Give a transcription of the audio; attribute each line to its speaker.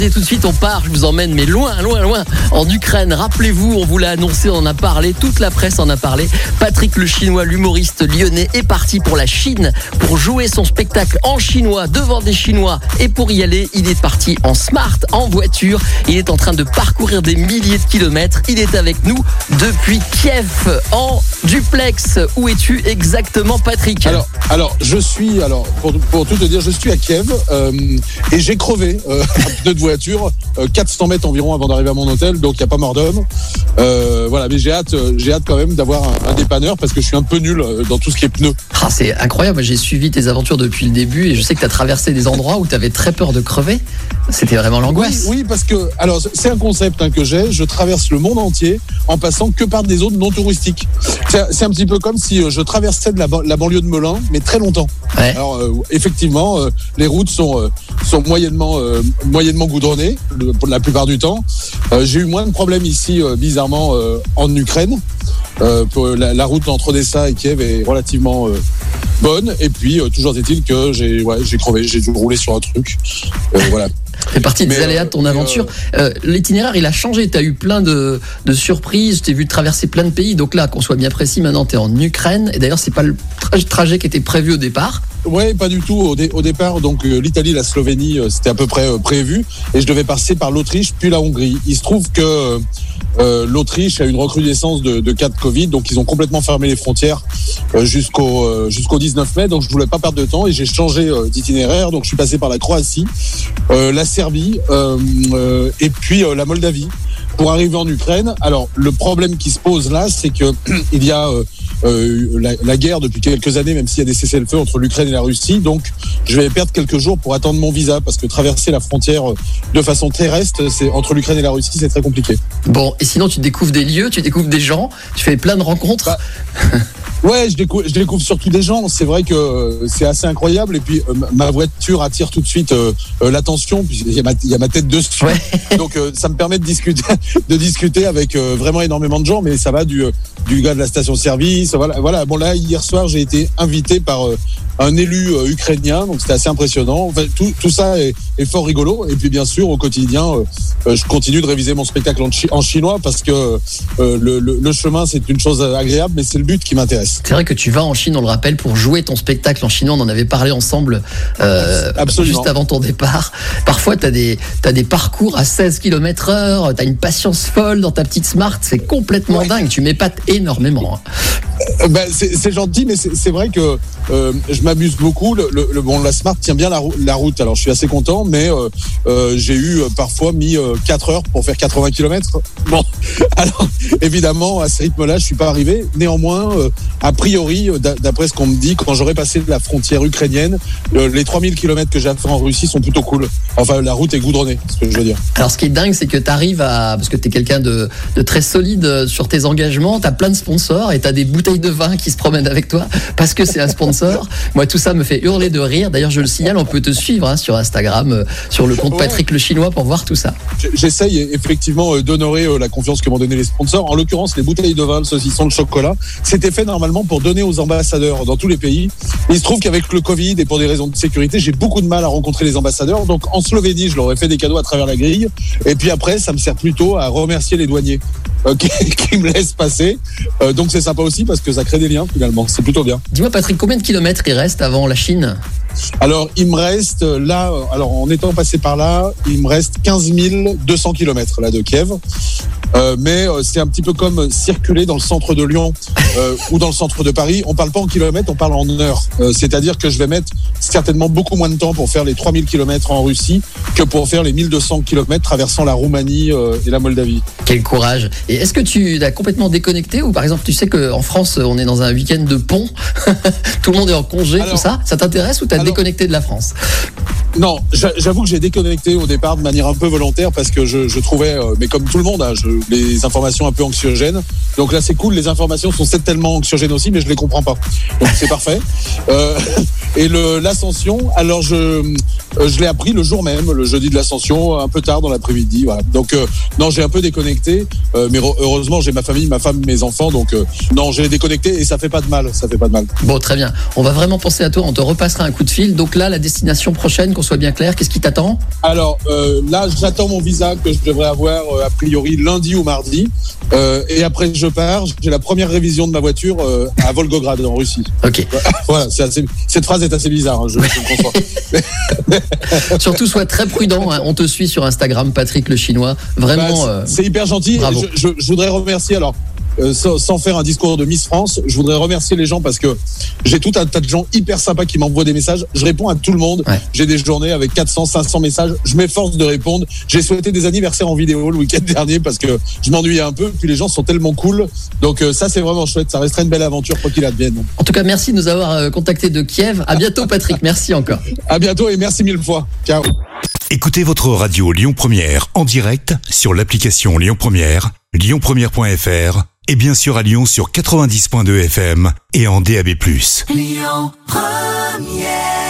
Speaker 1: Et tout de suite on part, je vous emmène mais loin en Ukraine. Rappelez-vous, on vous l'a annoncé, on en a parlé, toute la presse en a parlé. Patrick le Chinois, l'humoriste lyonnais, est parti pour la Chine pour jouer son spectacle en chinois devant des Chinois. Et pour y aller, il est parti en smart, en voiture. Il est en train de parcourir des milliers de kilomètres. Il est avec nous depuis Kiev en duplex. Où es-tu exactement, Patrick ?
Speaker 2: Alors je suis, pour tout te dire, je suis à Kiev et j'ai crevé un pneu de voiture 400 mètres environ avant d'arriver à mon hôtel, donc il n'y a pas mort d'homme. Voilà, mais j'ai hâte quand même d'avoir un dépanneur parce que je suis un peu nul dans tout ce qui est pneus.
Speaker 1: Ah, c'est incroyable, j'ai suivi tes aventures depuis le début et je sais que tu as traversé des endroits où tu avais très peur de crever. C'était vraiment l'angoisse.
Speaker 2: Oui, parce que c'est un concept que j'ai. Je traverse le monde entier en passant que par des zones non touristiques. C'est un petit peu comme si je traversais de la banlieue de Melun, mais très longtemps.
Speaker 1: Ouais.
Speaker 2: Alors effectivement, les routes sont moyennement goudronnées pour la plupart du temps. J'ai eu moins de problèmes ici, bizarrement, en Ukraine. La route entre Odessa et Kiev est relativement bonne. Et puis, toujours est-il que j'ai crevé, j'ai dû rouler sur un truc. Voilà.
Speaker 1: C'est parti des aléas de ton aventure. L'itinéraire, il a changé. Tu as eu plein de surprises. Je t'ai vu traverser plein de pays. Donc là, qu'on soit bien précis, maintenant, tu es en Ukraine. Et d'ailleurs, c'est pas le trajet qui était prévu au départ.
Speaker 2: Ouais, pas du tout. Au départ, donc l'Italie, la Slovénie, c'était à peu près prévu. Et je devais passer par l'Autriche, puis la Hongrie. Il se trouve que l'Autriche a une recrudescence de cas de Covid. Donc, ils ont complètement fermé les frontières jusqu'au 19 mai. Donc, je voulais pas perdre de temps et j'ai changé d'itinéraire. Donc, je suis passé par la Croatie, la Serbie et puis la Moldavie pour arriver en Ukraine. Alors, le problème qui se pose là, c'est que il y a la guerre depuis quelques années, même s'il y a des cessez-le-feu entre l'Ukraine et la Russie. Donc, je vais perdre quelques jours pour attendre mon visa parce que traverser la frontière de façon terrestre, entre l'Ukraine et la Russie, c'est très compliqué.
Speaker 1: Bon, et sinon, tu découvres des lieux, tu découvres des gens, tu fais plein de rencontres.
Speaker 2: Ouais, je découvre surtout des gens. C'est vrai que c'est assez incroyable. Et puis ma voiture attire tout de suite l'attention. Puis il y a ma tête dessus. Ouais. Donc ça me permet de discuter avec vraiment énormément de gens. Mais ça va du gars de la station-service. Voilà. Bon là, hier soir, j'ai été invité par un élu ukrainien. Donc c'était assez impressionnant. Enfin, tout ça est fort rigolo. Et puis bien sûr, au quotidien, je continue de réviser mon spectacle en chinois parce que le chemin, c'est une chose agréable, mais c'est le but qui m'intéresse.
Speaker 1: C'est vrai que tu vas en Chine, on le rappelle, pour jouer ton spectacle en chinois. On en avait parlé ensemble juste avant ton départ. Parfois, tu as des parcours à 16 km/h, tu as une patience folle dans ta petite Smart. C'est complètement dingue, tu m'épates énormément.
Speaker 2: C'est gentil, mais c'est vrai que je m'amuse beaucoup. La Smart tient bien la route, alors je suis assez content, mais j'ai eu parfois mis 4 heures pour faire 80 km. Bon, alors évidemment, à ce rythme-là, je suis pas arrivé. Néanmoins, a priori, d'après ce qu'on me dit, quand j'aurai passé la frontière ukrainienne, les 3000 km que j'ai à faire en Russie sont plutôt cool. Enfin, la route est goudronnée, c'est ce que je veux dire.
Speaker 1: Alors, ce qui est dingue, c'est que tu arrives parce que tu es quelqu'un de très solide sur tes engagements, tu as plein de sponsors et tu as des bouteilles de vin qui se promènent avec toi parce que c'est un sponsor. Moi, tout ça me fait hurler de rire. D'ailleurs, je le signale, on peut te suivre sur Instagram, sur le compte Patrick le Chinois pour voir tout ça.
Speaker 2: J'essaye effectivement d'honorer la confiance que m'ont donné les sponsors. En l'occurrence, les bouteilles de vin, le saucisson, le chocolat, c'était fait normalement pour donner aux ambassadeurs dans tous les pays. Il se trouve qu'avec le Covid et pour des raisons de sécurité, j'ai beaucoup de mal à rencontrer les ambassadeurs. Donc en Slovénie, je leur ai fait des cadeaux à travers la grille. Et puis après, ça me sert plutôt à remercier les douaniers qui me laissent passer. Donc c'est sympa aussi parce que ça crée des liens finalement. C'est plutôt bien.
Speaker 1: Dis-moi Patrick, combien de kilomètres il reste avant la Chine ?
Speaker 2: Alors il me reste là, en étant passé par là, il me reste 15 200 kilomètres là de Kiev. Mais c'est un petit peu comme circuler dans le centre de Lyon ou dans le centre de Paris. On parle pas en kilomètres, on parle en heures. C'est-à-dire que je vais mettre certainement beaucoup moins de temps pour faire les 3000 kilomètres en Russie que pour faire les 1200 kilomètres traversant la Roumanie et la Moldavie.
Speaker 1: Quel courage. Et est-ce que tu as complètement déconnecté ou par exemple tu sais qu'en France on est dans un week-end de pont, tout le monde est en congé, tout ça. Ça t'intéresse ou t'as déconnecté de la France ?
Speaker 2: Non, j'avoue que j'ai déconnecté au départ de manière un peu volontaire parce que je trouvais, mais comme tout le monde, les informations un peu anxiogènes. Donc là, c'est cool. Les informations sont tellement anxiogènes aussi, mais je les comprends pas. Donc c'est parfait. Et l'ascension, alors je l'ai appris le jour même, le jeudi de l'ascension, un peu tard dans l'après-midi. Voilà. Donc non, j'ai un peu déconnecté, mais heureusement j'ai ma famille, ma femme, mes enfants. Donc non, j'ai déconnecté et ça fait pas de mal. Ça fait pas de mal.
Speaker 1: Bon, très bien. On va vraiment penser à toi. On te repassera un coup de fil. Donc là, la destination prochaine qu'on soit bien clair? Qu'est-ce qui t'attend?
Speaker 2: Alors là, j'attends mon visa que je devrais avoir a priori lundi ou mardi. Et après, je pars. J'ai la première révision de ma voiture à Volgograd, en Russie.
Speaker 1: Ok.
Speaker 2: Voilà, cette phrase est assez bizarre, hein, je le comprends.
Speaker 1: Surtout, sois très prudent. Hein. On te suit sur Instagram, Patrick le Chinois. Vraiment.
Speaker 2: C'est hyper gentil.
Speaker 1: Bravo.
Speaker 2: Je voudrais remercier, alors, sans faire un discours de Miss France, je voudrais remercier les gens parce que j'ai tout un tas de gens hyper sympas qui m'envoient des messages. Je réponds à tout le monde.
Speaker 1: Ouais.
Speaker 2: J'ai des journées avec 400, 500 messages. Je m'efforce de répondre. J'ai souhaité des anniversaires en vidéo le week-end dernier parce que je m'ennuyais un peu. Puis les gens sont tellement cool. Donc ça, c'est vraiment chouette. Ça restera une belle aventure quoi qu'il advienne.
Speaker 1: En tout cas, merci de nous avoir contactés de Kiev. À bientôt, Patrick. Merci encore.
Speaker 2: À bientôt et merci mille fois. Ciao.
Speaker 3: Écoutez votre radio Lyon Première en direct sur l'application Lyon Première, lyonpremière.fr et bien sûr à Lyon sur 90.2 FM et en DAB+.
Speaker 4: Lyon Première.